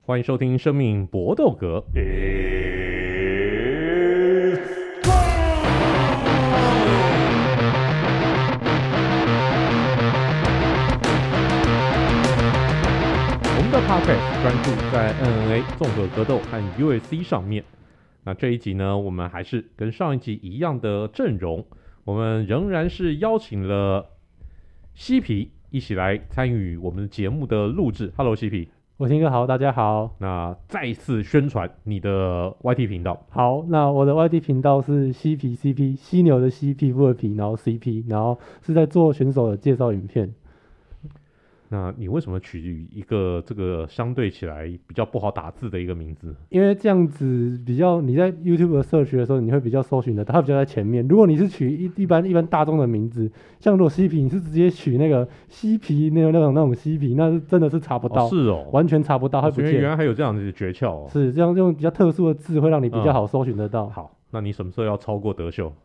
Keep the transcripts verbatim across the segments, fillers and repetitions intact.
欢迎收听《生命搏斗格》。我们的 Podcast 专注在 N N A 综合格斗和 U F C 上面。那这一集呢，我们还是跟上一集一样的阵容，我们仍然是邀请了西皮一起来参与我们节目的录制。Hello， 西皮。 我听哥好，大家好。 那再次宣传你的 Y T 频道。 好，那我的 Y T 频道是西皮 C P， 犀牛的犀，皮肤的皮，然后 C P， 然后是在做选手的介绍影片。 那你为什么取一个这个相对起来比较不好打字的一个名字？ 因为这样子比较，你在 YouTube 的search的时候，你会比较搜寻的，它比较在前面。如果你是取一一般一般大众的名字，像如果西皮，你是直接取那个西皮那种那种那种西皮，那是真的是查不到， 哦是哦， 完全查不到，它不见。 原来还有这样子的诀窍哦。 是这样用比较特殊的字，会让你比较好搜寻得到。 嗯、好，那你什么时候要超过德秀？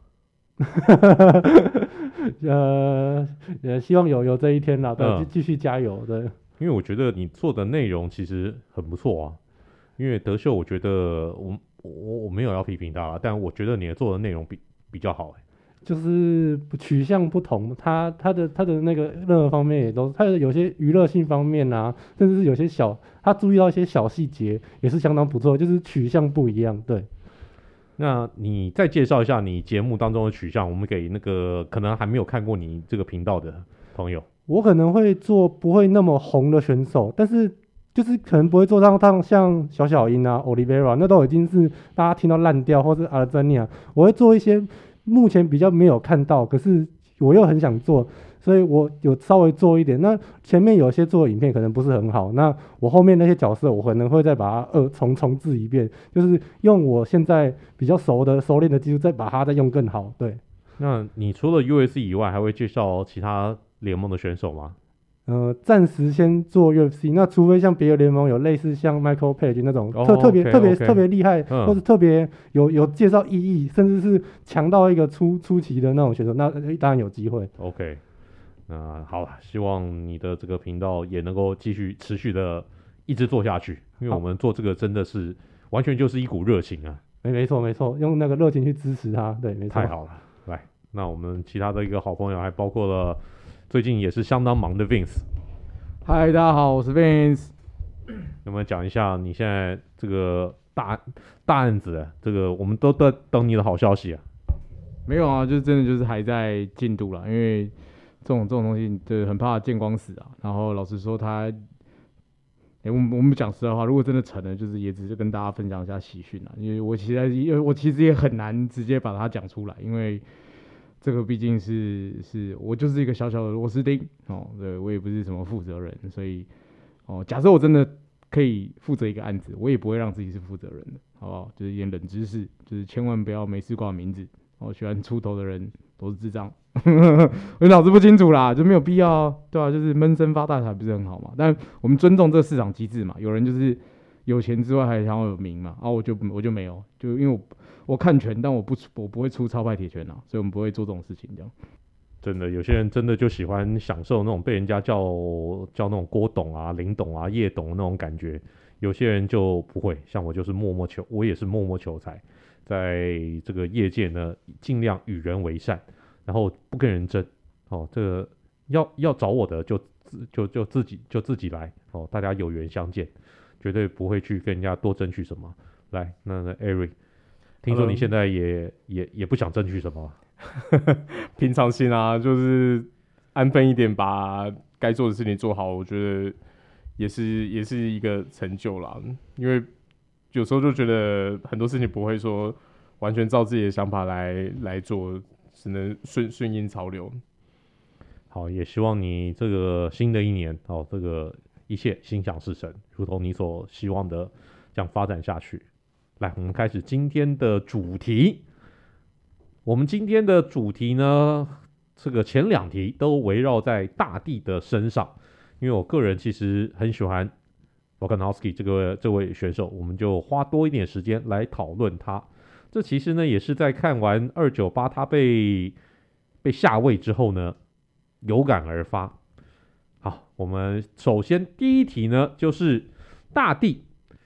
呃呃，希望有有这一天啦，对， 嗯、 继续加油，对。 因为我觉得你做的内容其实很不错啊。因为德秀，我觉得我我我没有要批评他，但我觉得你做的内容比比较好、欸。 就是取向不同，他他的他的那个任何方面也都，他的有些娱乐性方面啊，甚至是有些小，他注意到一些小细节也是相当不错，就是取向不一样，对。 那你再介绍一下你节目当中的取向，我们给那个可能还没有看过你这个频道的朋友。 我可能会做不会那么红的选手，但是就是可能不会做到像小小鹰啊、Oliveira 那都已经是大家听到烂掉，或是阿尔珍尼亚，我会做一些目前比较没有看到，可是我又很想做，所以我有稍微做一点。那前面有些做的影片可能不是很好，那我后面那些角色我可能会再把它二重重置一遍，就是用我现在比较熟的熟练的技术再把它再用更好。对。 那你除了 U F C 以外，还会介绍其他联盟的选手吗？ 呃，暂时先做 U F C， 那除非像别的联盟有类似像 Michael Page 那种、 哦、 特特别 okay, 特别 okay, 特别厉害， 嗯、 或是特别有有介绍意义，甚至是强到一个出出奇的那种选手，那当然有机会。 OK， 那好，希望你的这个频道也能够继续持续的一直做下去，因为我们做这个真的是完全就是一股热情啊。 没没错没错，用那个热情去支持他，对，没错。 太好了，来，那我们其他的一个好朋友还包括了最近也是相当忙的 Vince。 嗨，大家好，我是 Vince。 有没有讲一下你现在这个大大案子？这个我们都在等你的好消息啊。 没有啊，就真的就是还在进度啦，因为这种这种东西，就很怕见光死啊。然后老实说他，他、欸，我们我们讲实在话，如果真的成了，就是也只是跟大家分享一下喜讯啊。因为我其实因为我其实也很难直接把它讲出来，因为这个毕竟是是我就是一个小小的螺丝钉哦，对我也不是什么负责人，所以哦，假设我真的可以负责一个案子，我也不会让自己是负责人的，好不好？就是一点冷知识，就是千万不要没事挂名字哦，喜欢出头的人都是智障，我脑子不清楚啦，就没有必要，对啊，就是闷声发大财不是很好嘛？但我们尊重这个市场机制嘛，有人就是有钱之外还想要有名嘛，啊，我就我就没有，就因为我。我看拳，但我不我不会出超派铁拳啊，所以我们不会做这种事情。这样， 真的有些人真的就喜欢享受那种被人家叫叫那种郭董啊、林董啊、叶董那种感觉，有些人就不会，像我就是默默求，我也是默默求财，在这个业界呢，尽量与人为善，然后不跟人争。哦，这个要要找我的就就就自己就自己来哦，大家有缘相见，绝对不会去跟人家多争取什么。来，那那 Eric。听说你现在也、嗯、也也不想争取什么， 平常心啊，就是安分一点，把该做的事情做好，我觉得也是也是一个成就啦。因为有时候就觉得很多事情不会说完全照自己的想法来来做，只能顺顺应潮流。 好，也希望你这个新的一年哦，这个一切心想事成，如同你所希望的这样发展下去。来，我们开始今天的主题。我们今天的主题呢，这个前两题都围绕在大帝的身上，因为我个人其实很喜欢 Volkanovski 这个这位选手，我们就花多一点时间来讨论他。这其实呢，也是在看完二九八他被被下位之后呢，有感而发。好，我们首先第一题呢，就是大帝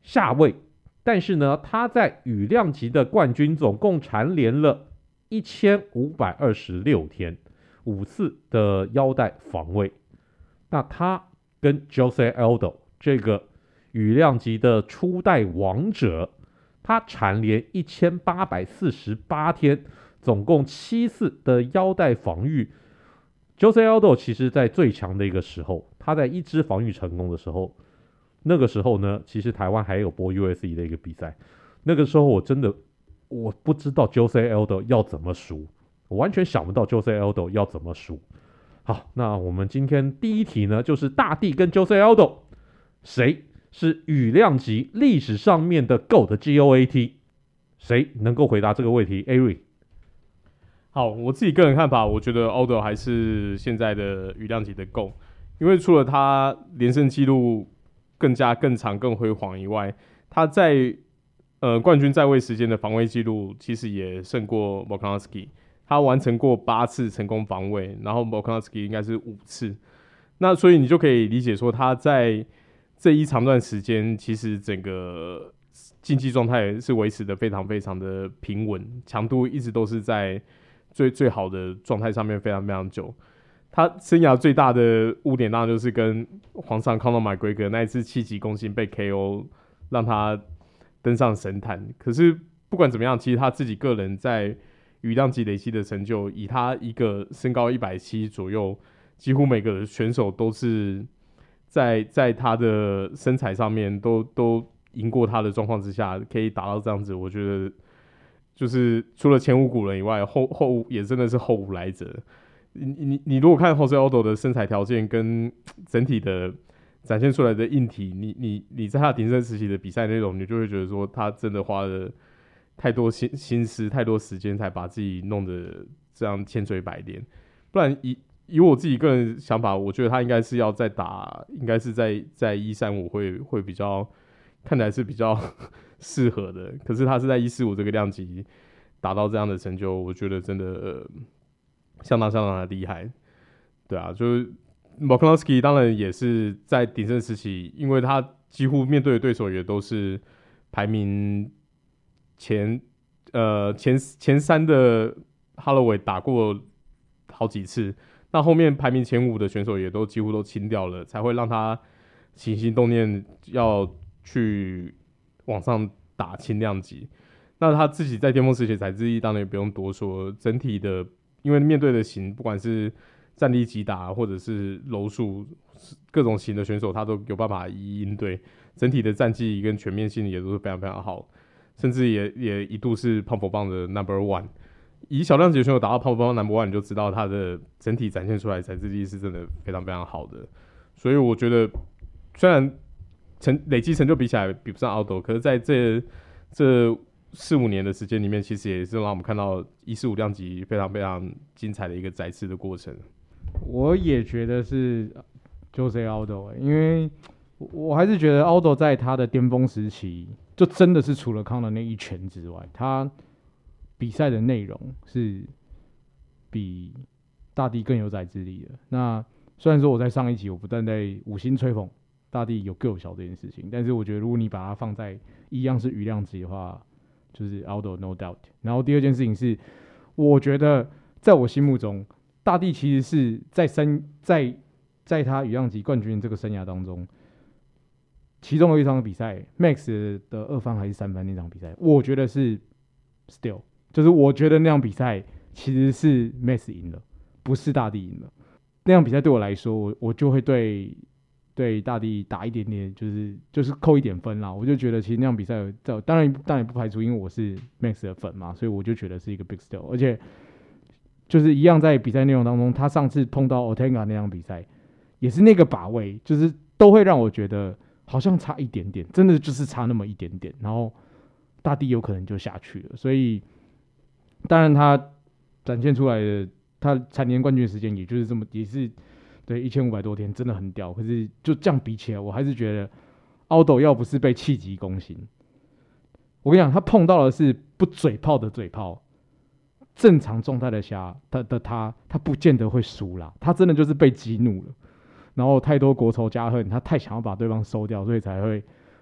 下位，但是呢，他在羽量级的冠军总共蝉联了一千五百二十六天，五次的腰带防卫。那他跟 Jose Aldo 这个羽量级的初代王者，他蝉联一千八百四十八天，总共七次的腰带防御。Jose Aldo 其实在最强的一个时候，他在一支防御成功的时候，那个时候呢，其实台湾还有播 U S E 的一个比赛，那个时候我真的我不知道 Jose Aldo 要怎么输，我完全想不到 Jose Aldo 要怎么输。好，那我们今天第一题呢，就是大帝跟 Jose Aldo 谁是羽量级历史上面的 G O A T G O A T， 谁能够回答这个问题 ？Ari。 好，我自己个人看法，我觉得 Aldo 还是现在的羽量级的 G O A T， 因为除了他连胜纪录更加更长更辉煌以外，他在呃冠军在位时间的防卫纪录其实也胜过 Volkanovski， 他完成过八次成功防卫，然后 Volkanovski 应该是五次，那所以你就可以理解说他在这一长段时间其实整个竞技状态是维持的非常非常的平稳，强度一直都是在最最好的状态上面非常非常久。他生涯最大的污点当然就是跟皇上 Conor McGregor 那一次气急攻心被 K O 让他登上神坛。可是不管怎么样，其实他自己个人在羽量级累积的成就，以他一个身高一百七十左右，几乎每个选手都是在在他的身材上面都都赢过他的状况之下，可以打到这样子，我觉得就是除了前无古人以外，后后也真的是后无来者。你你你如果看 Jose Aldo 的身材条件跟整体的展现出来的硬体，你你你在他鼎盛时期的比赛内容，你就会觉得说他真的花了太多心心思、太多时间，才把自己弄得这样千锤百炼。不然以以我自己个人想法，我觉得他应该是要再打，应该是在在一三五会会比较看起来是比较适合的。可是他是在一四五这个量级达到这样的成就，我觉得真的。呃相当相当的厉害，对啊，就是 Volkanovski 当然也是在鼎盛时期，因为他几乎面对的对手也都是排名前呃前前三的 Holloway 打过好几次，那后面排名前五的选手也都几乎都清掉了，才会让他起心动念要去往上打轻量级。那他自己在巅峰时期才智力当然也不用多说，整体的。因为面对的型，不管是站立击打或者是柔术，各种型的选手，他都有办法一一应对。整体的战绩跟全面性也都是非常非常好，甚至也也一度是胖佛棒的 number one。以小量级的选手打到胖佛棒 number one， 你就知道他的整体展现出来的才智力是真的非常非常好的。所以我觉得，虽然成累积成就比起来比不上 Aldo， 可是在这这。四五年的时间里面，其实也是让我们看到一四五量级非常非常精彩的一个再次的过程。 我也觉得是 Jose Aldo，、欸、因为我还是觉得 Aldo 在他的巅峰时期，就真的是除了康的那一拳之外，他比赛的内容是比大帝更有宰制力的。那虽然说我在上一集我不断在五星吹捧大帝有够小这件事情，但是我觉得如果你把它放在一样是羽量级的话，就是 Aldo no doubt。然后第二件事情是，我觉得在我心目中，大帝其实是在生在在他羽量级冠军这个生涯当中，其中的一场比赛 ，Max 的二番还是三番那场比赛，我觉得是 still， 就是我觉得那场比赛其实是 Max 赢了，不是大帝赢了。那场比赛对我来说，我我就会对。对大帝打一点点，就是就是扣一点分啦。我就觉得其实那场比赛，当然当然不排除，因为我是 Max 的粉嘛，所以我就觉得是一个 big steal。而且就是一样在比赛内容当中，他上次碰到 Ortega 那场比赛，也是那个把位，就是都会让我觉得好像差一点点，真的就是差那么一点点，然后大帝有可能就下去了。所以当然他展现出来的他蝉联冠军的时间，也就是这么也是。对，一千五百多天真的很屌，可是就这样比起来，我还是觉得 Aldo 要不是被气急攻心，我跟你讲，他碰到的是不嘴炮的嘴炮，正常状态的下，他的他，他不见得会输啦，他真的就是被激怒了，然后太多国仇家恨，他太想要把对方收掉，所以才会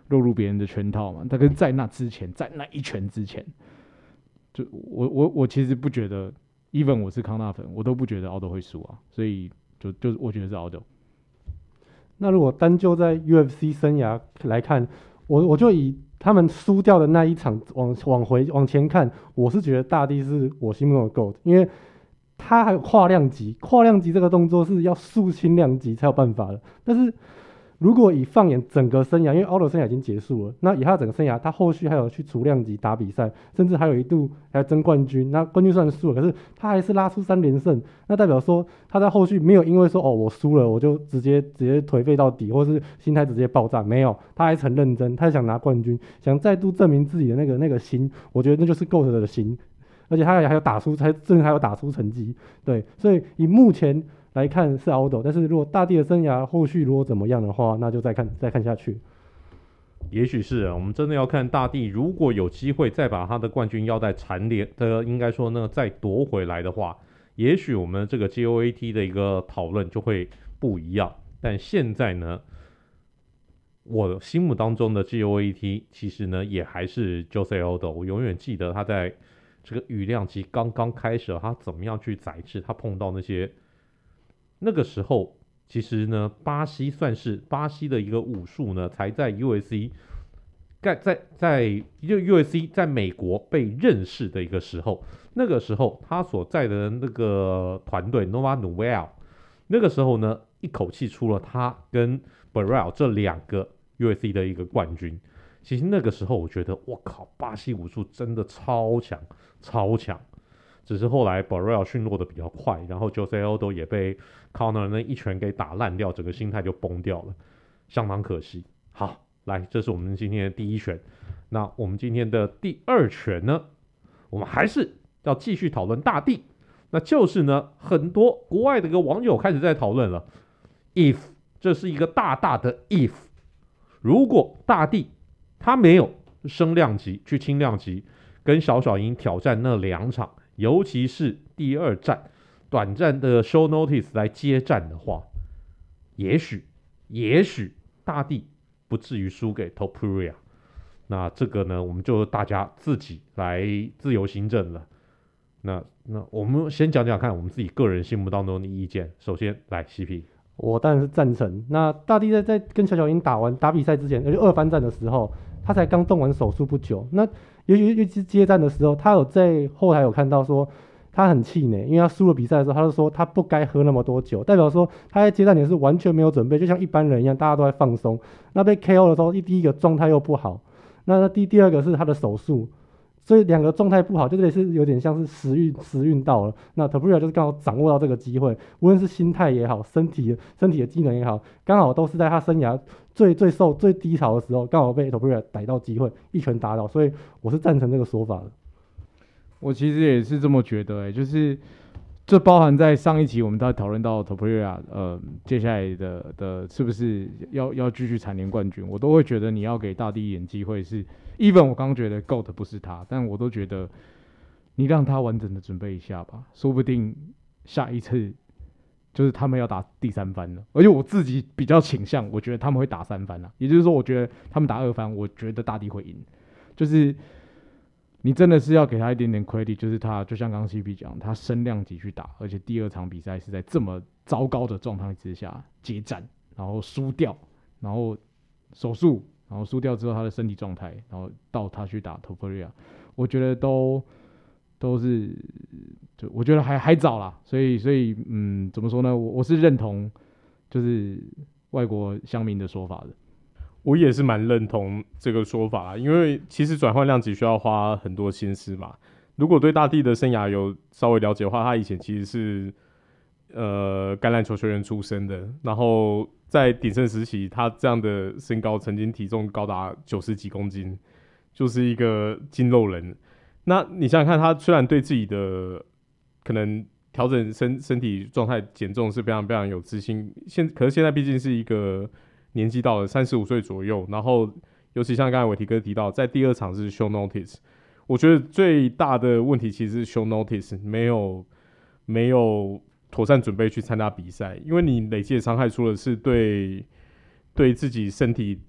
落入别人的圈套嘛。但是在那之前，在那一拳之前，就我我我其实不觉得 ，even 我是康纳粉，我都不觉得 Aldo 会输啊，所以就就我觉得是 Aldo。 那如果单就在 U F C 生涯来看，我我就以他们输掉的那一场往往回往前看，我是觉得大帝是我心目中的 GOAT， 因为他还有跨量级，跨量级这个动作是要肃清量级才有办法的。但是如果以放眼整个生涯，因为 Aldo 生涯已经结束了，那以他整个生涯，他后续还有去除量级打比赛，甚至还有一度还争冠军。那冠军虽然输了，可是他还是拉出三连胜，那代表说他在后续没有因为说哦我输了我就直接直接颓废到底，或是心态直接爆炸，没有，他还是很认真，他想拿冠军，想再度证明自己的那个那个心，我觉得那就是 GOAT 的心，而且他还有打出，还甚至还有打出成绩，对，所以以目前来看是 Aldo， 但是如果大帝的生涯后续如果怎么样的话，那就再看再看下去。 也许是、啊、我们真的要看大帝，如果有机会再把他的冠军腰带蝉联的，应该说呢再夺回来的话，也许我们这个 G O A T 的一个讨论就会不一样。但现在呢，我心目当中的 G O A T 其实呢也还是 Jose Aldo。我永远记得他在这个羽量级刚刚开始，他怎么样去宰制，他碰到那些。那个时候，其实呢，巴西算是巴西的一个武术呢，才在 U F C 在在在 U F C 在美国被认识的一个时候。那个时候，他所在的那个团队 Nova Noel， 那个时候呢，一口气出了他跟 Barrel 这两个 U F C 的一个冠军。其实那个时候，我觉得，我靠，巴西武术真的超强，超强。只是后来 Barrel 驯落的比较快，然后 Jose Aldo 也被 Conor 那一拳给打烂掉，整个心态就崩掉了，相当可惜。好，来，这是我们今天的第一拳。那我们今天的第二拳呢，我们还是要继续讨论大帝，那就是呢，很多国外的一个网友开始在讨论了 ，if 这是一个大大的 if， 如果大帝他没有升量级去轻量级，跟小小鹰挑战那两场。尤其是第二战短暂的 show notice 来接战的话，也许也许大帝不至于输给 Topuria。那这个呢，我们就大家自己来自由行政了。那那我们先讲讲看我们自己个人心目当中的意见。首先来 C P， 我当然是赞成。那大帝在在跟小小鹰打完打比赛之前，而且二番战的时候，他才刚动完手术不久。那尤其尤其接战的时候，他有在后台有看到说他很气馁，因为他输了比赛的时候，他就说他不该喝那么多酒，代表说他在接战前是完全没有准备，就像一般人一样，大家都在放松。那被 K O 的时候，第一个状态又不好，那第第二个是他的手术，所以两个状态不好，就类似有点像是时运时运到了。那 Topuria 就是刚好掌握到这个机会，无论是心态也好，身体身体的机能也好，刚好都是在他生涯最最受最低潮的时候，刚好被 Topuria 逮到机会，一拳打倒。所以我是赞成这个说法的。 我其实也是这么觉得、欸，就是这包含在上一集我们在讨论到 Topuria， 呃，接下来的的是不是要要继续蝉联冠军，我都会觉得你要给大帝一点机会是。even 我刚刚觉得 GOAT 不是他，但我都觉得你让他完整的准备一下吧，说不定下一次就是他们要打第三番了。而且我自己比较倾向，我觉得他们会打三番啦，也就是说，我觉得他们打二番，我觉得大帝会赢。就是你真的是要给他一点点 credit， 就是他就像刚刚 C P 讲，他升量级去打，而且第二场比赛是在这么糟糕的状态之下接战，然后输掉，然后手术。然后输掉之后，他的身体状态，然后到他去打 Topuria， 我觉得都都是，就我觉得还还早啦，所以所以嗯，怎么说呢？我我是认同就是外国乡民的说法的。 我也是蛮认同这个说法啦，因为其实转换量级需要花很多心思嘛。如果对大帝的生涯有稍微了解的话，他以前其实是呃橄榄球球员出身的，然后在鼎盛时期，他这样的身高，曾经体重高达九十几公斤，就是一个筋肉人。那你想想看，他虽然对自己的可能调整身身体状态、减重是非常非常有自信，现可是现在毕竟是一个年纪到了三十五岁左右，然后尤其像刚才伟霆哥提到，在第二场是 show notice， 我觉得最大的问题其实是 show notice 没有没有妥善准备去参加比赛，因为你累积的伤害除了是对对自己身体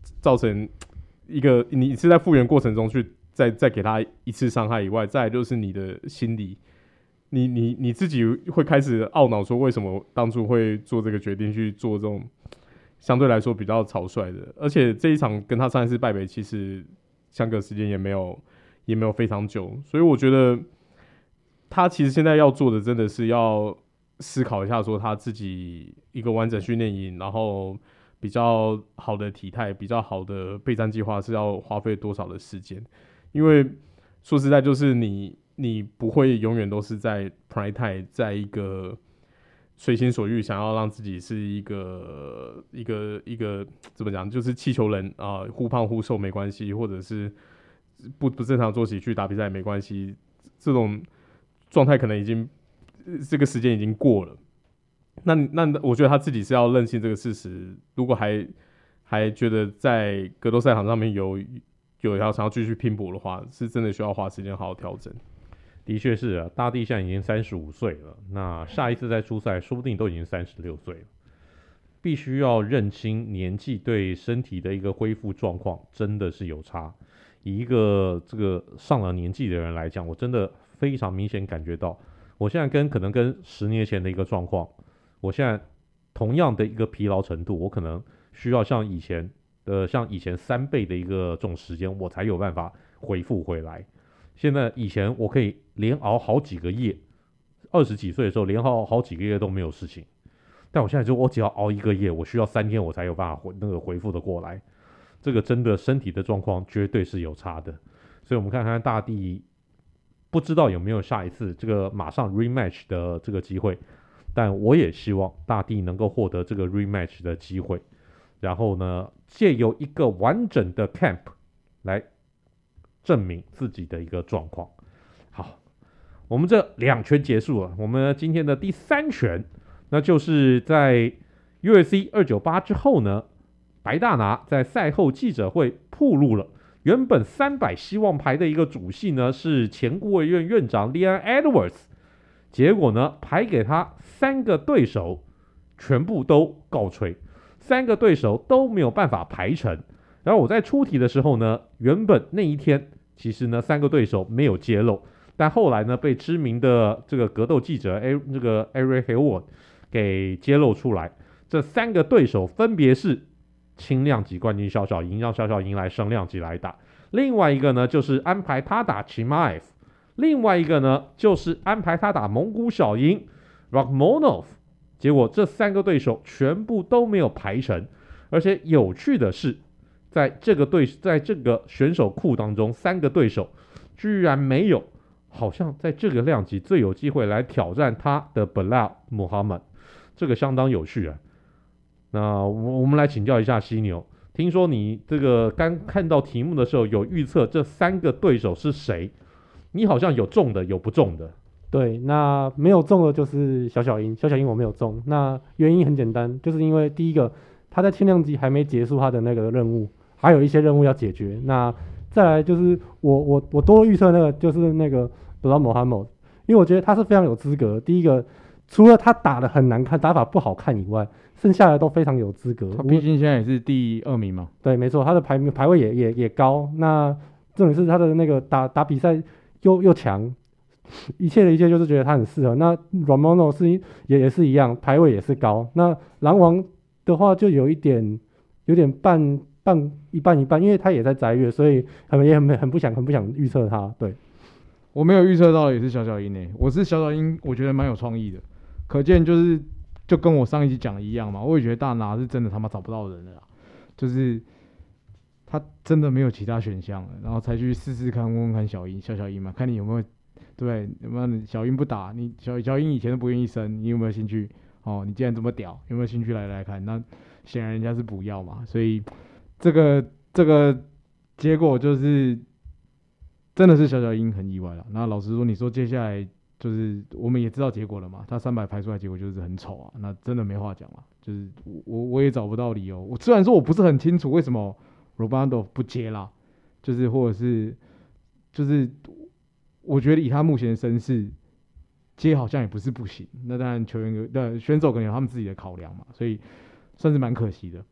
造成一个你是在复原过程中去再再给他一次伤害以外，再来就是你的心理，你你你自己会开始懊恼说为什么当初会做这个决定去做这种相对来说比较草率的，而且这一场跟他上一次败北其实相隔时间也没有也没有非常久，所以我觉得他其实现在要做的真的是要思考一下，说他自己一个完整训练营，然后比较好的体态、比较好的备战计划是要花费多少的时间？因为说实在，就是你你不会永远都是在 prime time， 在一个随心所欲，想要让自己是一个一个一个怎么讲，就是气球人啊、呃，忽胖忽瘦没关系，或者是不不正常作息去打比赛也没关系，这种状态可能已经这个时间已经过了。那那我觉得他自己是要认清这个事实，如果还还觉得在格斗赛场上面有有要想要继续拼搏的话，是真的需要花时间好好调整。 的确是啊，大地现在已经三十五岁了，那下一次再出赛，说不定都已经三十六岁了。必须要认清年纪对身体的一个恢复状况真的是有差。以一个这个上了年纪的人来讲，我真的非常明显感觉到，我现在跟可能跟十年前的一个状况，我现在同样的一个疲劳程度，我可能需要像以前的像以前三倍的一个这种时间，我才有办法恢复回来。现在以前我可以连熬好几个夜，二十几岁的时候连熬好几个月都没有事情，但我现在就我只要熬一个夜，我需要三天我才有办法回那个恢复的过来。这个真的身体的状况绝对是有差的，所以我们看看大地不知道有没有下一次这个马上 rematch 的这个机会，但我也希望大地能够获得这个 rematch 的机会，然后呢借由一个完整的 camp 来证明自己的一个状况。好，我们这两拳结束了，我们今天的第三拳，那就是在 U F C 二九八之后呢，白大拿在赛后记者会暴露了原本三百希望牌的一个主系呢是前顾问院院长 Leon Edwards， 结果呢排给他三个对手全部都告吹，三个对手都没有办法排成。然后我在出题的时候呢，原本那一天其实呢三个对手没有揭露，但后来呢被知名的这个格斗记者这个 Eric Hayward 给揭露出来，这三个对手分别是轻量级冠军小小鹰，让小小鹰来升量级来打；另外一个呢就是安排他打 Chimaev， 另外一个呢就是安排他打蒙古小鹰 Rakhmonov。结果这三个对手全部都没有排成，而且有趣的是，在这个对在这个选手库当中，三个对手居然没有好像在这个量级最有机会来挑战他的 Belal Muhammad， 这个相当有趣啊。那我们来请教一下犀牛，听说你这个刚看到题目的时候有预测这三个对手是谁？你好像有中的，有不中的。 对，那没有中的就是小小鹰，小小鹰我没有中。那原因很简单，就是因为第一个他在轻量级还没结束他的那个任务，还有一些任务要解决。那再来就是我我我多预测那个就是那个 Belal Muhammad， 因为我觉得他是非常有资格。第一个，除了他打得很难看，打法不好看以外，剩下的都非常有资格。 他毕竟现在也是第二名嘛。 对，没错，他的排名排位也也也高。那重点是他的那个打打比赛又又强，一切的一切就是觉得他很适合。那 Ramono 是也也是一样，排位也是高。那狼王的话就有一点有点半半一半一半，因为他也在斋月，所以很也很很不想很不想预测他。对， 我没有预测到的也是小小鹰诶，我是小小鹰，我觉得蛮有创意的，可见就是就跟我上一集讲的一样嘛，我也觉得大拿是真的他妈找不到人了啦，就是他真的没有其他选项了，然后才去试试看，问问看小鹰小小鹰嘛，看你有没有。对，有没有小鹰不打你小小鹰以前都不愿意生，你有没有兴趣？哦，你既然这么屌，有没有兴趣来来看？那显然人家是不要嘛，所以这个这个结果就是真的是小小鹰很意外了。那老实说，你说接下来就是我们也知道结果了嘛，他三百排出来结果就是很丑啊，那真的没话讲了。就是我我也找不到理由，我虽然说我不是很清楚为什么 Robando 不接啦，就是或者是就是。我觉得以他目前的身世，接好像也不是不行。那当然，球员的选手可能有他们自己的考量嘛，所以算是蛮可惜的。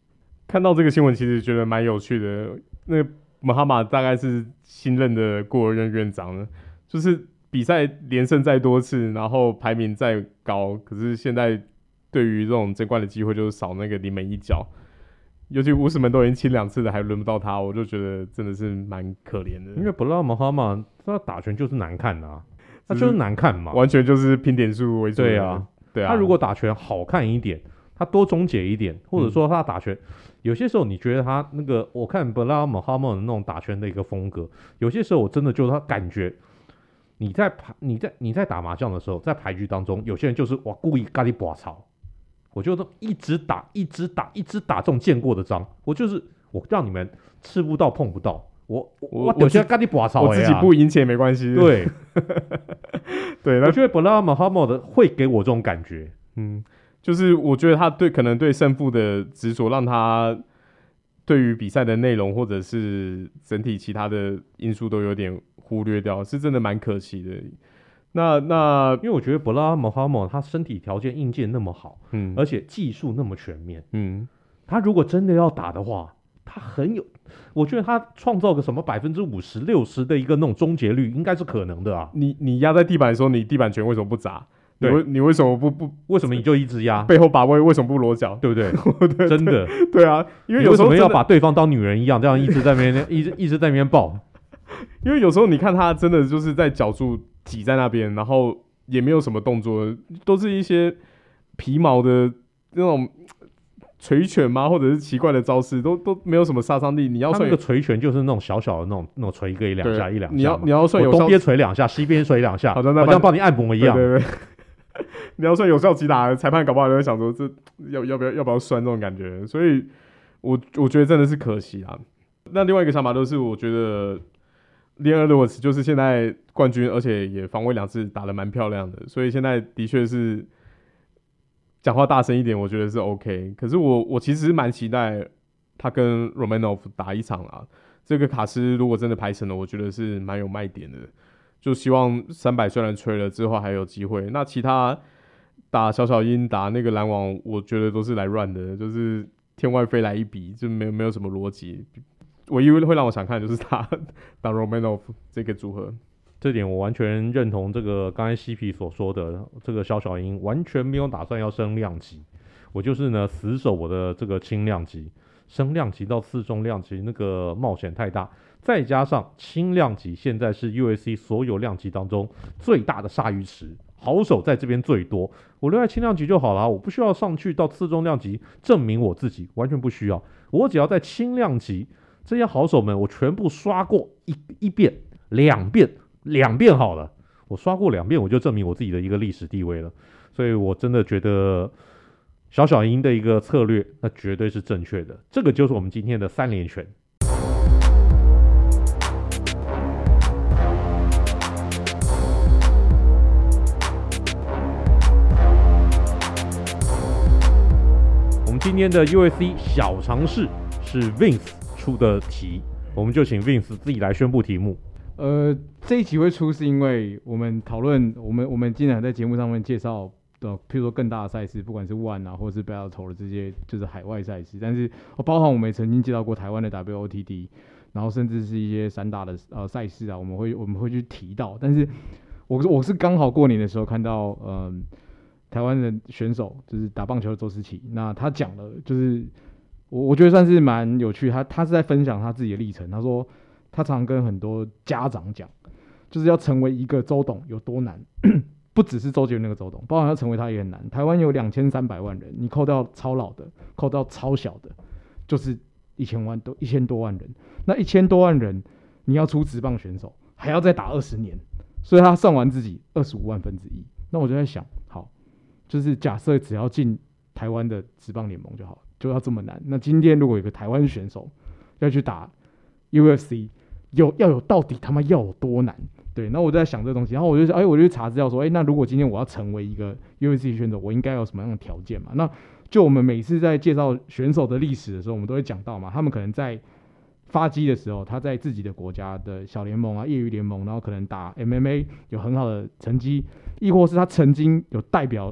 看到这个新闻，其实觉得蛮有趣的。那个马哈马大概是新任的孤儿院院长了，就是比赛连胜再多次，然后排名再高，可是现在对于这种争冠的机会就是少那个临门一脚。尤其五十门都已经亲两次了，还轮不到他，我就觉得真的是蛮可怜的。 因为布拉马哈马他打拳就是难看啊，他就是难看嘛， 完全就是拼点数为主。 对啊， 对啊。 他如果打拳好看一点，他多终结一点，或者说他打拳，嗯、有些时候你觉得他那个，我看布拉马哈马的那种打拳的一个风格，有些时候我真的就是他感觉。你在牌你在你在打麻将的时候，在牌局当中，有些人就是哇故意咖喱拔草。我就一直打，一直打，一直打这种见过的章。我就是我让你们吃不到碰不到。我我我觉得跟你拔草， 我自己不赢钱也没关系。 对， 对， 我觉得布拉马哈马的会给我这种感觉。 嗯，就是我觉得他对可能对胜负的执着，让他对于比赛的内容或者是整体其他的因素都有点忽略掉，是真的蛮可惜的。那那， 因为我觉得布拉马哈马他身体条件硬件那么好， 嗯， 而且技术那么全面， 嗯， 他如果真的要打的话，他很有，我觉得他创造个什么百分之五十六十的一个那种终结率，应该是可能的啊。 你你压在地板的时候，你地板拳为什么不砸？你为你为什么不不？ 为什么你就一直压？ 背后把位为什么不裸脚？ 对不对？ 对真的， 对啊，因为有时候为什么要把对方当女人一样，这样一直在那边一直一直在那边抱？ 因为有时候你看他真的就是在脚柱挤在那边，然后也没有什么动作，都是一些皮毛的那种捶拳吗？或者是奇怪的招式，都都没有什么杀伤力。你要算那个捶拳就是那种小小的那种那种捶一个一两下一两下， 你要你要算有东边捶两下，西边捶两下， 好像好像帮你按摩一样。 对对对，你要算有效击打，裁判搞不好就会想说这要要不要要不要算这种感觉。所以我我觉得真的是可惜啊。那另外一个想法就是我觉得。连尔罗斯就是现在冠军，而且也防卫两次打得蛮漂亮的，所以现在的确是讲话大声一点，我觉得是 OK。可是我我其实蛮期待他跟 Romanov 打一场啦。这个卡斯如果真的排成了，我觉得是蛮有卖点的。就希望三百虽然吹了之后还有机会，那其他打小小鹰打那个篮网，我觉得都是来乱的，就是天外飞来一笔，就没有没有什么逻辑。唯一会让我想看的就是他打 Romanov 这个组合， 这点我完全认同。这个刚才西皮所说的，这个小小鹰完全没有打算要升量级，我就是呢死守我的这个轻量级，升量级到次重量级那个冒险太大，再加上轻量级现在是 U F C 所有量级当中最大的鲨鱼池，好手在这边最多，我留在轻量级就好了，我不需要上去到次重量级证明我自己，完全不需要，我只要在轻量级。这些好手们，我全部刷过一一遍、两遍、两遍好了。我刷过两遍，我就证明我自己的一个历史地位了。所以我真的觉得小小鹰的一个策略，那绝对是正确的。这个就是我们今天的三连拳。我们今天的 U F C 小常识是 Vince。出的题，我们就请 Vince 自己来宣布题目。 呃，这一集会出是因为我们讨论，我们我们经常在节目上面介绍的，譬如说更大的赛事，不管是 One 啊，或者是 Bellator 的这些就是海外赛事，但是包含我们也曾经介绍过台湾的 W O T D， 然后甚至是一些散打的呃赛事啊，我们会我们会去提到。但是我我是刚好过年的时候看到，嗯、呃，台湾的选手就是打棒球的周思齐，那他讲了就是。我我觉得算是蛮有趣，他他是在分享他自己的历程。他说他常跟很多家长讲，就是要成为一个周董有多难，不只是周杰伦那个周董，包含要成为他也很难。台湾有两千三百万人，你扣掉超老的，扣掉超小的，就是一千万多一千多万人。那一千多万人，你要出职棒选手，还要再打二十年，所以他算完自己二十五万分之一。那我就在想，好，就是假设只要进台湾的职棒联盟就好了。就要这么难。那今天如果有个台湾选手要去打 U F C， 有要有到底他妈要有多难？对，那我就在想这个东西，然后我就哎，我就去查资料说，哎，那如果今天我要成为一个 U F C 选手，我应该有什么样的条件嘛？那就我们每次在介绍选手的历史的时候，我们都会讲到嘛，他们可能在发迹的时候，他在自己的国家的小联盟啊、业余联盟，然后可能打 M M A 有很好的成绩，亦或是他曾经有代表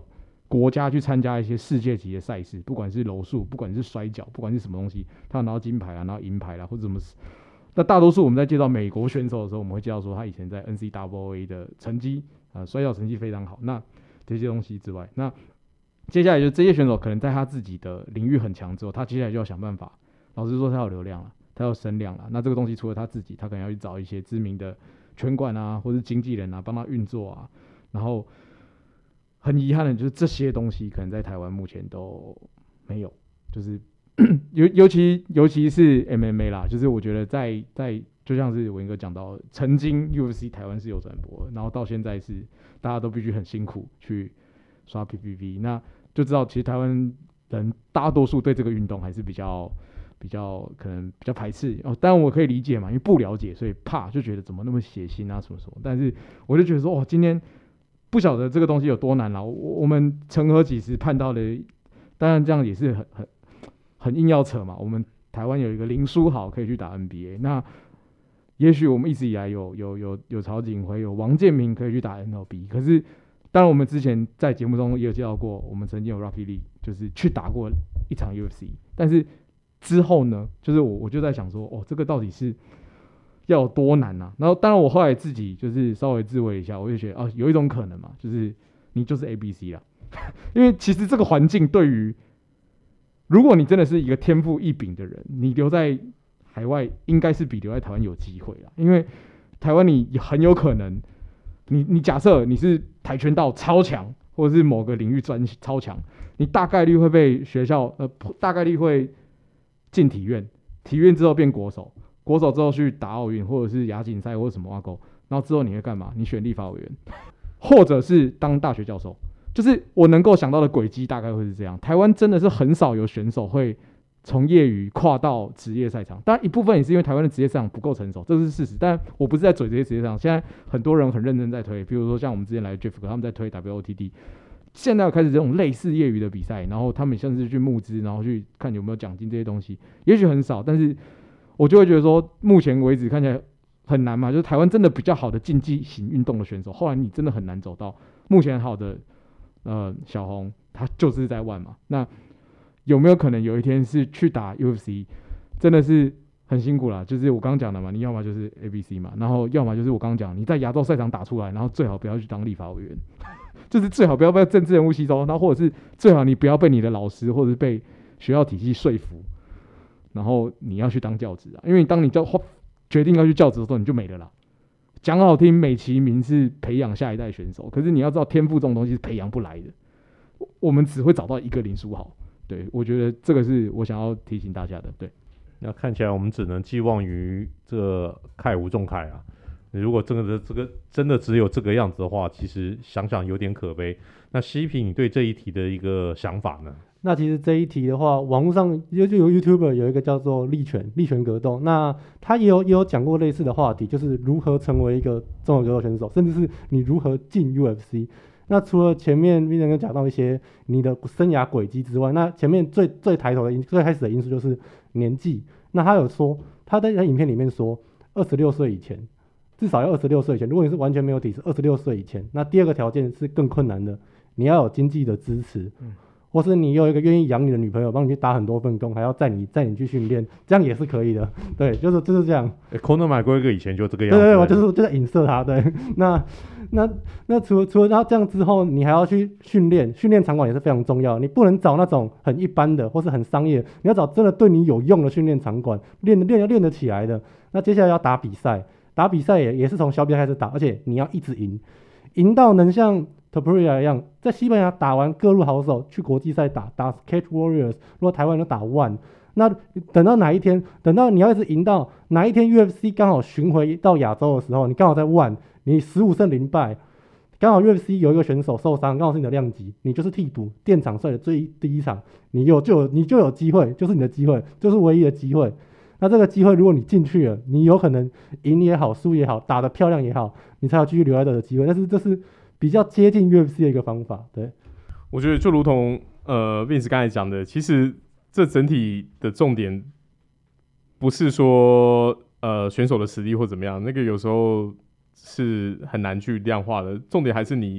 国家去参加一些世界级的赛事，不管是柔术，不管是摔跤，不管是什么东西，他有拿到金牌啊，拿到银牌啦、啊，或者什么。那大多数我们在介绍美国选手的时候，我们会介绍说他以前在 N C double A 的成绩啊、呃，摔跤成绩非常好。那这些东西之外，那接下来就这些选手可能在他自己的领域很强之后，他接下来就要想办法。老实说，他有流量了，他有声量了。那这个东西除了他自己，他可能要去找一些知名的拳馆啊，或是经纪人啊，帮他运作啊。然后很遗憾的就是这些东西可能在台湾目前都没有，就是尤尤其尤其是 M M A 啦，就是我觉得在在就像是文哥讲到，曾经 U F C 台湾是有转播，然后到现在是大家都必须很辛苦去刷 P P V， 那就知道其实台湾人大多数对这个运动还是比较比较可能比较排斥哦。当然我可以理解嘛，因为不了解，所以怕就觉得怎么那么血腥啊什么什么。但是我就觉得说，哦，今天不晓得这个东西有多难啦。我我们成何几时盼到了？当然这样也是很很很硬要扯嘛。我们台湾有一个林书豪可以去打 N B A， 那也许我们一直以来有有有有曹景辉、有王建民可以去打 N L B， 可是当然我们之前在节目中也有介绍过，我们曾经有 Rocky Lee 就是去打过一场 U F C， 但是之后呢，就是我我就在想说，哦，这个到底是要有多难啊？然后当然我后来自己就是稍微自慰一下，我就觉得啊，有一种可能嘛，就是你就是 A B C 啦，因为其实这个环境对于如果你真的是一个天赋异禀的人，你留在海外应该是比留在台湾有机会啦，因为台湾你很有可能，你你假设你是跆拳道超强，或者是某个领域专超强，你大概率会被学校呃大概率会进体院，体院之后变国手，国手之后去打奥运或者是亚锦赛或者什么挖沟，然后之后你会干嘛？你选立法委员，或者是当大学教授。就是我能够想到的轨迹大概会是这样。台湾真的是很少有选手会从业余跨到职业赛场，当然一部分也是因为台湾的职业赛场不够成熟，这是事实。但我不是在嘴这些职业赛场，现在很多人很认真在推，比如说像我们之前来的 Jeff 哥他们在推 W O T D， 现在有开始这种类似业余的比赛，然后他们甚至去募资，然后去看有没有奖金这些东西，也许很少，但是我就会觉得说，目前为止看起来很难嘛，就是台湾真的比较好的竞技型运动的选手，后来你真的很难走到目前好的。呃，小红他就是在玩嘛，那有没有可能有一天是去打 U F C， 真的是很辛苦啦，就是我刚刚讲的嘛，你要么就是 A B C 嘛，然后要么就是我刚刚讲你在亚洲赛场打出来，然后最好不要去当立法委员，就是最好不要被政治人物吸收，然后或者是最好你不要被你的老师或者是被学校体系说服，然后你要去当教职啊，因为你当你教决定要去教职的时候，你就没了啦。讲好听，美其名是培养下一代选手，可是你要知道，天赋这种东西是培养不来的。我们只会找到一个林书豪，对，我觉得这个是我想要提醒大家的。对， 那看起来我们只能寄望于这个凯吴仲凯啊。如果真的这个真的只有这个样子的话，其实想想有点可悲。那西皮，你对这一题的一个想法呢？ 那其实这一题的话，网络上就就有 YouTuber 有一个叫做力拳力拳格斗，那他也有也有讲过类似的话题，就是如何成为一个综合格斗选手，甚至是你如何进 U F C。那除了前面 Vincent 哥讲到一些你的生涯轨迹之外，那前面最最抬头的因最开始的因素就是年纪。那他有说他在影片里面说，二十六岁以前，至少要二十六岁以前。如果你是完全没有底子，二十六岁以前。那第二个条件是更困难的，你要有经济的支持。嗯，或是你有一个愿意养你的女朋友，帮你去打很多份工，还要载你载你去训练，这样也是可以的。对，就是就是这样。 欸、Conor McGregor 以前就这个样子。 对对对，我就是就在影射他。对，那那那除了除了他这样之后，你还要去训练，训练场馆也是非常重要。你不能找那种很一般的或是很商业，你要找真的对你有用的训练场馆，练练要练得起来的。那接下来要打比赛，打比赛也也是从小比赛开始打，而且你要一直赢，赢到能像Topuria 一样，在西班牙打完各路好手，去国际赛打打 Cage Warriors， 如果台湾都打 One， 那等到哪一天，等到你要一直赢到哪一天 U F C 刚好巡回到亚洲的时候，你刚好在 One， 你十五胜零败，刚好 U F C 有一个选手受伤，刚好是你的量级，你就是替补垫场赛的最第一场，你有就有你就有机会，就是你的机会，就是唯一的机会。那这个机会，如果你进去了，你有可能赢也好，输也好，打得漂亮也好，你才有继续留在这的机会。但是这是比较接近 U F C 的一个方法。对， 我觉得就如同呃 Vince 刚才讲的，其实这整体的重点不是说呃选手的实力或怎么样，那个有时候是很难去量化的。重点还是你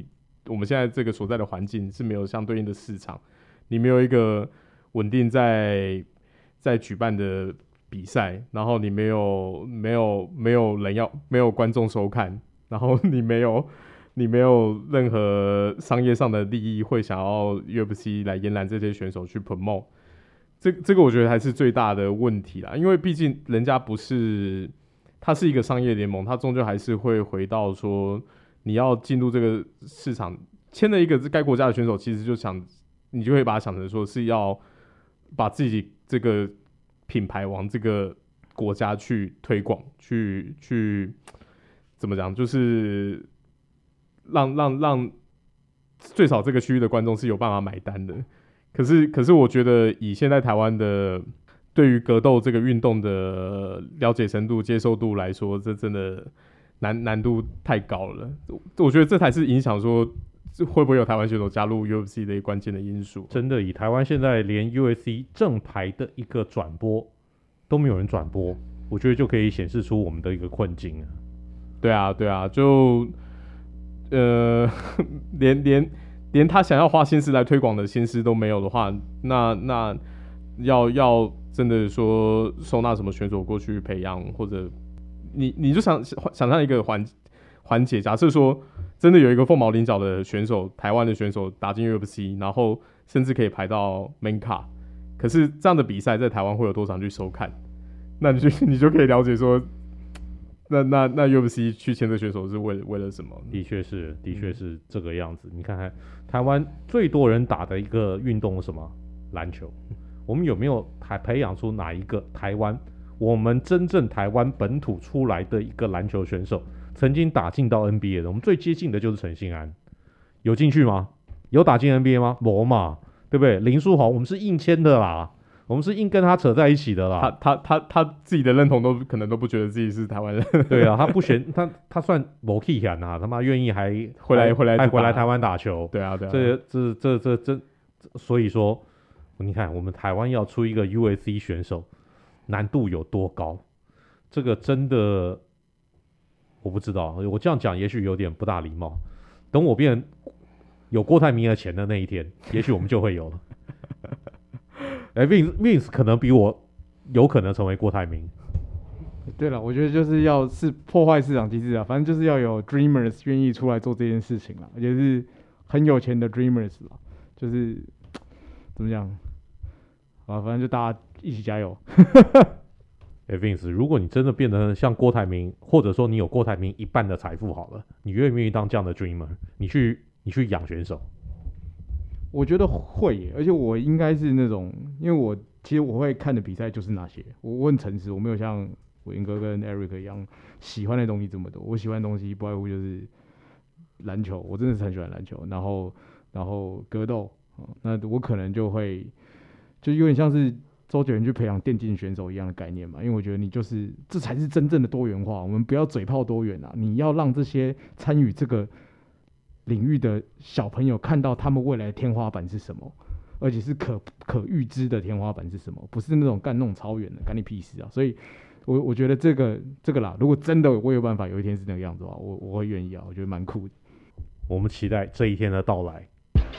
我们现在这个所在的环境是没有相对应的市场，你没有一个稳定在在举办的比赛，然后你没有没有没有人要没有观众收看，然后你没有你没有任何商业上的利益会想要 U F C 来延揽这些选手去 promote， 这这个我觉得还是最大的问题啦，因为毕竟人家不是，它是一个商业联盟，它终究还是会回到说你要进入这个市场，签了一个该国家的选手，其实就想你就会把它想成说是要把自己这个品牌往这个国家去推广，去去怎么讲，就是让让让最少这个区域的观众是有办法买单的。可是可是我觉得以现在台湾的对于格斗这个运动的了解程度、接受度来说，这真的难难度太高了。我觉得这才是影响说会不会有台湾选手加入 U F C 的一个关键的因素。 真的，以台湾现在连 U F C 正牌的一个转播都没有人转播，我觉得就可以显示出我们的一个困境啊。 对啊，对啊，就呃，连连连他想要花心思来推广的心思都没有的话，那那要要真的说收纳什么选手过去培养，或者你你就想想象一个环环节，假设说真的有一个凤毛麟角的选手，台湾的选手打进 U F C， 然后甚至可以排到 main card， 可是这样的比赛在台湾会有多少人去收看？那你就你就可以了解说。那那那 U F C 去签这选手是为了为了什么？ 的确是，的确是这个样子。嗯、你看看台湾最多人打的一个运动是什么？篮球。我们有没有还培养出哪一个台湾我们真正台湾本土出来的一个篮球选手，曾经打进到 N B A 的？我们最接近的就是陈信安，有进去吗？有打进 N B A 吗？没嘛，对不对？林书豪我们是硬签的啦。我们是硬跟他扯在一起的啦， 他他他他自己的认同都可能都不觉得自己是台湾人。 对啊，他不选他他算没气感啊，他妈愿意还回来回来还回来台湾打球。 对啊对啊， 这这这这这，所以说你看我们台湾要出一个 U F C 选手，难度有多高？这个真的我不知道，我这样讲也许有点不大礼貌。等我变有郭台铭的钱的那一天，也许我们就会有了。哎 ，Vince Vince 可能比我有可能成为郭台铭。 对了，我觉得就是要是破坏市场机制啊，反正就是要有 dreamers 愿意出来做这件事情啦，而且是很有钱的 dreamers 啦，就是怎么讲啊，反正就大家一起加油。 哎 ，Vince， 如果你真的变得像郭台铭，或者说你有郭台铭一半的财富好了，你愿不愿意当这样的 dreamer？ 你去你去养选手？ 我觉得会耶，而且我应该是那种，因为我其实我会看的比赛就是那些，我我很诚实，我没有像伟英哥跟 Eric 一样喜欢的东西这么多。我喜欢的东西不外乎就是篮球，我真的是很喜欢篮球，然后然后格斗、嗯，那我可能就会就有点像是周杰伦去培养电竞选手一样的概念嘛，因为我觉得你就是这才是真正的多元化，我们不要嘴炮多元啊，你要让这些参与这个领域的小朋友看到他们未来的天花板是什么，而且是可可预知的天花板是什么，不是那种干那种超远的，干你屁事啊！所以我，我我觉得这个这个啦，如果真的我有办法有一天是那个样子的话，我我会愿意啊，我觉得蛮酷的。 我们期待这一天的到来。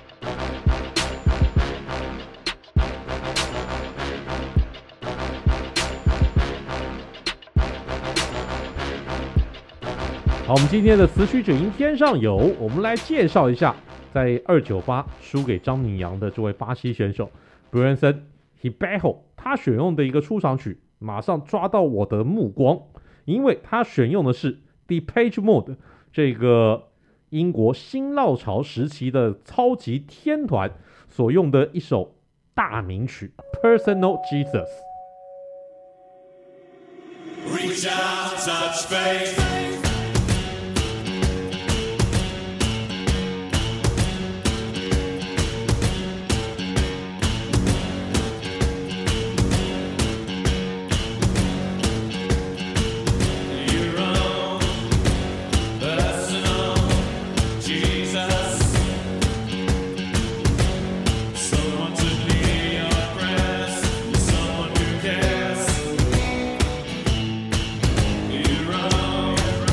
好，我们今天的词曲只应天上有，我们来介绍一下，在二九八输给张敏阳的这位巴西选手 Brunson Ribeiro， 他选用的一个出场曲，马上抓到我的目光，因为他选用的是 Depeche Mode 这个英国新浪潮时期的超级天团所用的一首大名曲 Personal Jesus。Reach out, touch faith。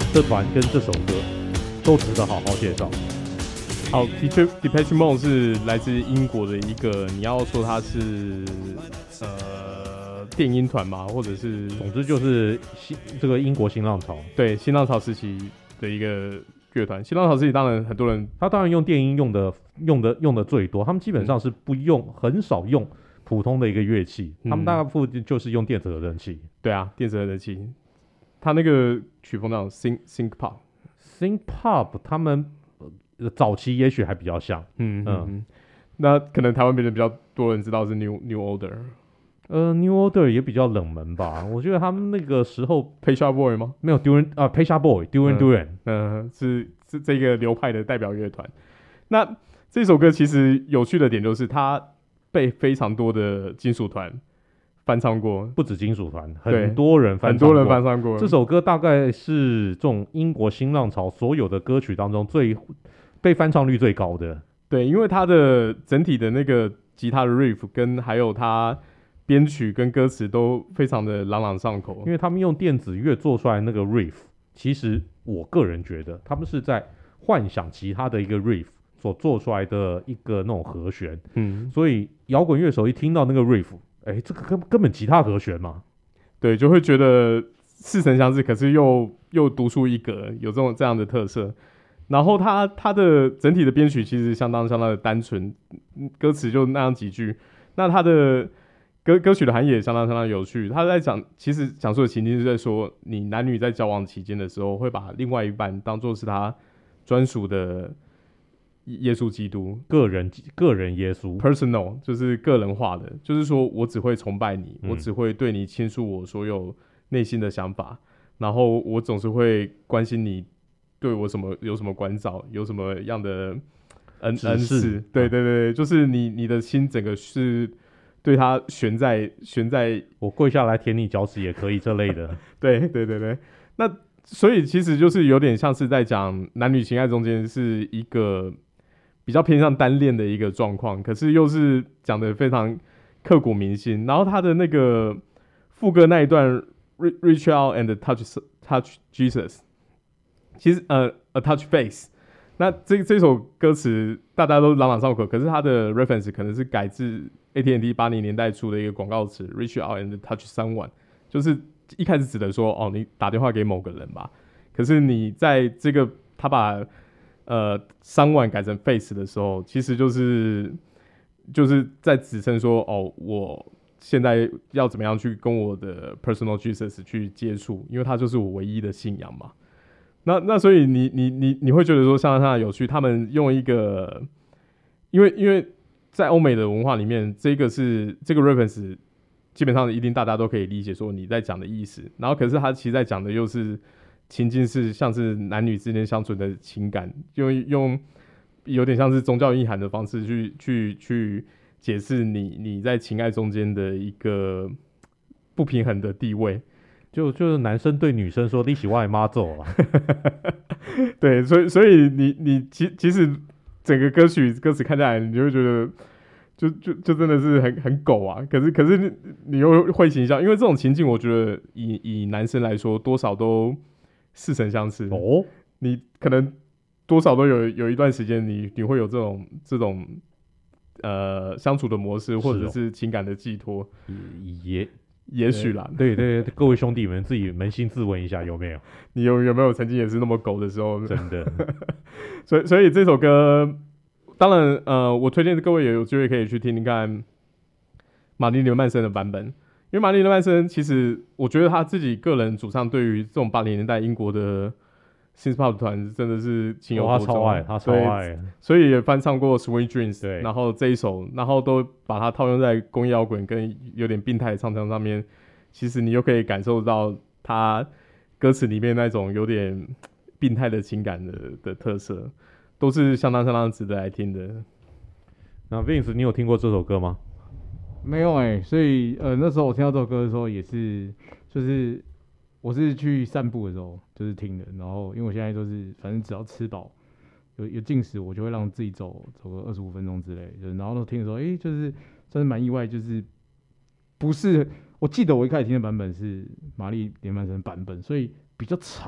这团跟这首歌都值得好好介绍。 好 ，Depeche Mode 是来自英国的一个，你要说它是呃电音团嘛，或者是总之就是新这个英国新浪潮， 对新浪潮时期的一个乐团。新浪潮时期当然很多人， 他当然用电音用的用的用的最多，他们基本上是不用、嗯、很少用普通的一个乐器，他们大部分就是用电子合成器。 对啊，电子合成器，他那个曲风那种 synth synth pop，synth pop 他们。早期也许还比较像， 嗯嗯嗯，那可能台湾别人比较多人知道是 New New Order， 呃 New Order 也比较冷门吧，我觉得他们那个时候 Pet Shop Boy 吗？ 没有 Duran 啊 Pet Shop Boy Duran Duran， 嗯、呃，是是这个流派的代表乐团。那这首歌其实有趣的点就是它被非常多的金属团翻唱过， 不止金属团，很多人翻唱过， 很多人翻唱过。 这首歌大概是这种英国新浪潮所有的歌曲当中最被翻唱率最高的。 对，因为它的整体的那个吉他的 riff 跟还有它编曲跟歌词都非常的朗朗上口。 因为他们用电子乐做出来那个 riff， 其实我个人觉得他们是在幻想吉他的一个 riff 所做出来的一个那种和弦。 嗯， 所以摇滚乐手一听到那个 riff， 哎，这个根根本吉他和弦嘛， 对，就会觉得似曾相识，可是又又独树一格，有这种这样的特色。然后它它的整体的编曲其实相当相当的单纯，歌词就那样几句。那它的歌歌曲的含义也相当相当有趣。他在讲，其实讲述的情境是在说，你男女在交往期间的时候，会把另外一半当作是他专属的耶稣基督， 个人个人耶稣 ，personal 就是个人化的，就是说我只会崇拜你， 嗯、 我只会对你倾诉我所有内心的想法，然后我总是会关心你。对我什么有什么关照，有什么样的恩恩赐？对对对，就是你你的心整个是对他悬在悬在， 我跪下来舔你脚趾也可以这类的。 对对对对，那所以其实就是有点像是在讲男女情爱中间是一个比较偏向单恋的一个状况，可是又是讲的非常刻骨铭心。然后他的那个副歌那一段 ，Reach out and touch touch Jesus。其实呃 ，A Touch Face， 那这这首歌词大家都朗朗上口，可是它的 reference 可能是改自 A T and T 八零年代出的一个广告词 ，Reach out and touch someone， 就是一开始指的说哦，你打电话给某个人吧，可是你在这个他把呃 someone 改成 face 的时候，其实就是就是在指称说哦，我现在要怎么样去跟我的 personal Jesus 去接触，因为他就是我唯一的信仰嘛。那那所以你你你你会觉得说相当相当有趣，他们用一个，因为因为在欧美的文化里面，这个是这个 reference 基本上一定大家都可以理解说你在讲的意思，然后可是他其实在讲的又是情境是像是男女之间相处的情感，用用有点像是宗教意涵的方式去去去解释你你在情爱中间的一个不平衡的地位。 就就是男生对女生说你喜欢妈走啊， 对，所以所以你你其其实整个歌曲歌词看下来，你就会觉得就就就真的是很很狗啊。可是可是你你又会心一笑，因为这种情境，我觉得以以男生来说，多少都似曾相识哦。 你可能多少都有有一段时间你，你你会有这种这种呃相处的模式，或者是情感的寄托， 也。 也许啦， 对 对, 对，各位兄弟们自己扪心自问一下，有没有？ 你有有没有曾经也是那么狗的时候？ 真的， 所以所以这首歌，当然呃，我推荐各位也有机会可以去听听看玛丽莲曼森的版本，因为玛丽莲曼森其实我觉得他自己个人主唱对于这种八零年代英国的 synth pop 团真的是情有独钟， 他超爱，他超爱， 所以也翻唱过 Sweet Dreams， 对， 然后这一首，然后都把它套用在工业摇滚跟有点病态的唱腔上面，其实你又可以感受到他歌词里面那种有点病态的情感的的特色，都是相当相当值得来听的。 那 Vince， 你有听过这首歌吗？ 没有哎、欸，所以呃那时候我听到这首歌的时候也是就是。我是去散步的时候就是听的，然后因为我现在都是反正只要吃饱有有进食，我就会让自己走走个二十五分钟之类的，然后都听的时候，哎、欸，就是真的蛮意外，就是不是我记得我一开始听的版本是玛丽莲曼森版本，所以比较吵，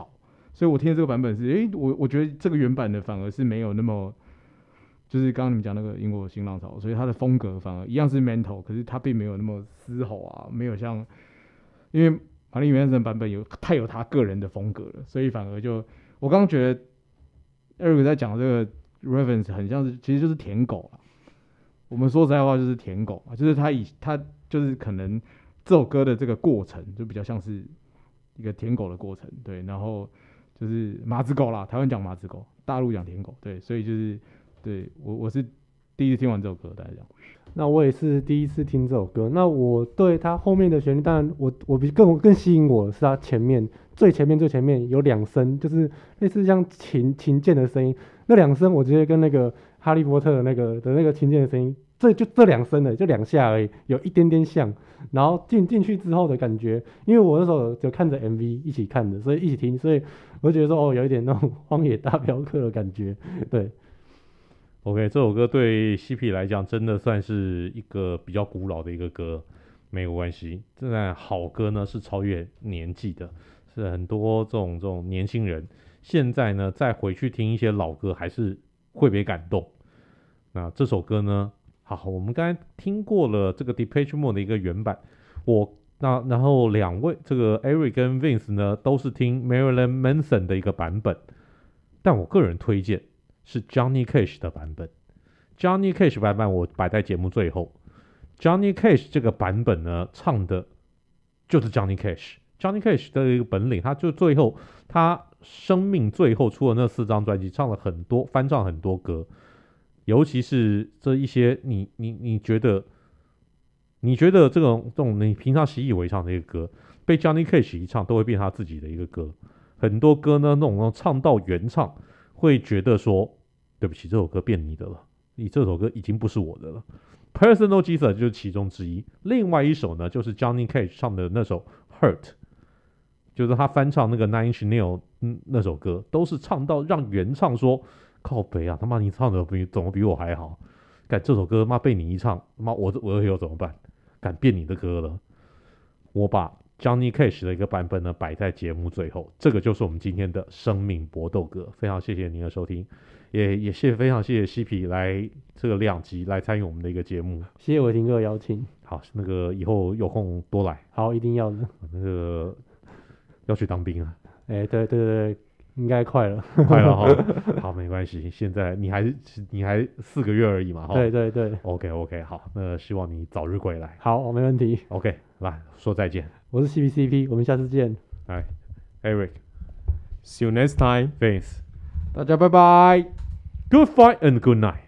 所以我听的这个版本是，诶、我我觉得这个原版的反而是没有那么，就是刚刚你们讲那个英国新浪潮，所以它的风格反而一样是 metal， 可是它并没有那么嘶吼啊，没有像，因为玛丽莲曼森版本有太有他个人的风格了，所以反而就我刚刚觉得 Eric 在讲这个 reference 很像是，其实就是舔狗啊。我们说实在话就是舔狗啊，就是他以他就是可能这首歌的这个过程就比较像是一个舔狗的过程，对，然后就是马子狗啦，台湾讲马子狗，大陆讲舔狗，对，所以就是对我我是第一次听完这首歌，大家讲。 那我也是第一次听这首歌，那我对它后面的旋律，当然我我比更更吸引我的是它前面最前面最前面有两声，就是类似像琴琴键的声音，那两声我觉得跟那个哈利波特的那个的那个琴键的声音，这就这两声的就两下而已，有一点点像，然后进进去之后的感觉，因为我那时候就看着 M V 一起看的，所以一起听，所以我就觉得说哦，有一点那种荒野大镖客的感觉，对。 OK， 这首歌对 C P 来讲真的算是一个比较古老的一个歌，没有关系。这好歌呢是超越年纪的，是很多这种这种年轻人现在呢再回去听一些老歌，还是会被感动。那这首歌呢，好，我们刚才听过了这个 Depeche Mode 的一个原版，我那然后两位这个 Eric 跟 Vince 呢都是听 Marilyn Manson 的一个版本，但我个人推荐是 Johnny Cash 的版本。Johnny Cash 版本我摆在节目最后。Johnny Cash 这个版本呢，唱的就是 Johnny Cash。Johnny Cash 的一个本领，他就最后他生命最后出了那四张专辑，唱了很多翻唱很多歌，尤其是这一些你你你觉得你觉得这种这种你平常习以为常的一个歌，被 Johnny Cash 一唱，都会变他自己的一个歌。很多歌呢，那种唱到原唱，会觉得说，对不起，这首歌变你的了，你这首歌已经不是我的了。Personal Jesus 就是其中之一，另外一首呢，就是 Johnny Cash 唱的那首 Hurt， 就是他翻唱那个 Nine Inch Nails、嗯、那首歌，都是唱到让原唱说靠北啊，他妈你唱的比怎么比我还好？干这首歌妈被你一唱，妈我我以后怎么办？敢变你的歌了？我把 Johnny Cash 的一个版本呢摆在节目最后，这个就是我们今天的生命搏斗歌。非常谢谢您的收听，也也谢非常谢谢西皮来这个两集来参与我们的一个节目。 谢谢伟霆哥的邀请。 好，那个以后有空多来。 好，一定要的。 那个要去当兵啊？ 哎、欸，对对对，应该快了， 快了哈。好，没关系，现在你还你还四个月而已嘛。 对对对。 OK OK， 好，那希望你早日归来。 好，没问题。 OK， 来说再见。 我是 C P C P， 我们下次见。 来 ，Eric，See you next time. Vince， 大家拜拜。 Good fight and good night.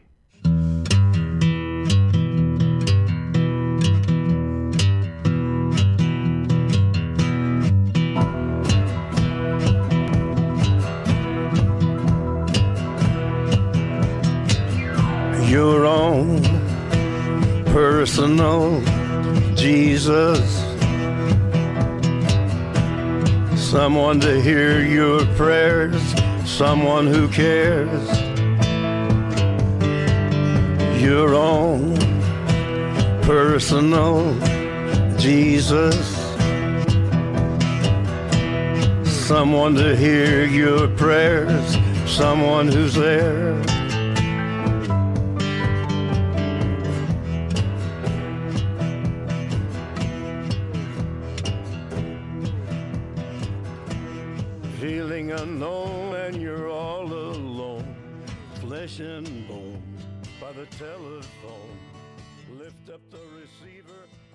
Your own personal Jesus, someone to hear your prayers, someone who cares. Your own personal Jesus, someone to hear your prayers, someone who's there. Feeling unknown and you're all alone, flesh and bone by the telephone. Lift up the receiver.